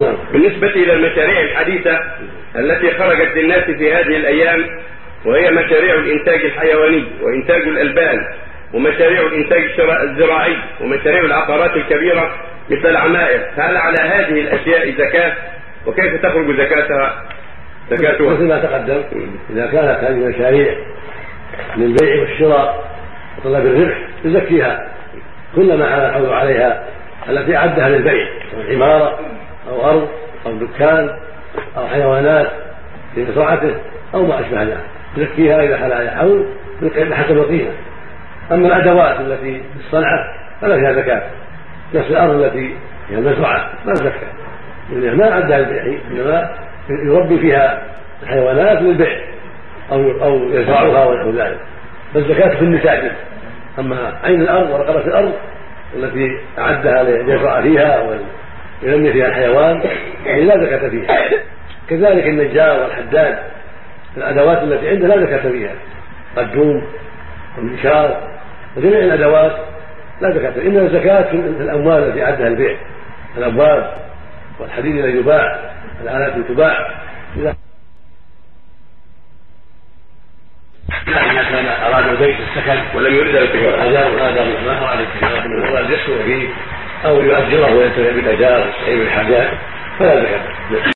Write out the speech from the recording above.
بالنسبة إلى المشاريع الحديثة التي خرجت للناس في هذه الأيام، وهي مشاريع الإنتاج الحيواني وإنتاج الألبان ومشاريع الإنتاج الزراعي ومشاريع العقارات الكبيرة مثل العمائر، هل على هذه الأشياء زكاة؟ وكيف تخرج زكاتها؟ مثل ما تقدم، إذا كانت هذه المشاريع للبيع والشراء وطلب الربح تزكيها كلما حال الحول عليها التي أعدها للبيع، عمارة أو أرض أو دكان أو حيوانات في مزرعته أو ما أشبه ذلك، تزكيها إذا حال عليها حول بحسب القيمة. أما الأدوات التي في الصنعة فلا فيها زكاة، نفس الأرض التي هي المزرعة ما زكاة، لأنها ما أعدها للبيع، إنما يربي فيها الحيوانات للبيع أو يزرعها ونحو ذلك، فالزكاة في النتاج. أما عين الأرض ورقبة الأرض التي أعدها ليزرع فيها وينمي فيها الحيوان لا زكاة فيها. كذلك النجار والحداد الأدوات التي عنده لا زكاة فيها، القدوم والمنشار وجميع الأدوات لا زكاة فيها، إنما الزكاة في الأموال التي أعدها البيع، الأبواب والحديد الذي يباع، الآلات التي تباع. إذا كان أراد البيت السكن ولم يرد التجارة، هذا ما أراد التجارة، من أراد يسكن فيه أو يؤجره وينتفع بالأجار أي بالحاجات فلا زكاة.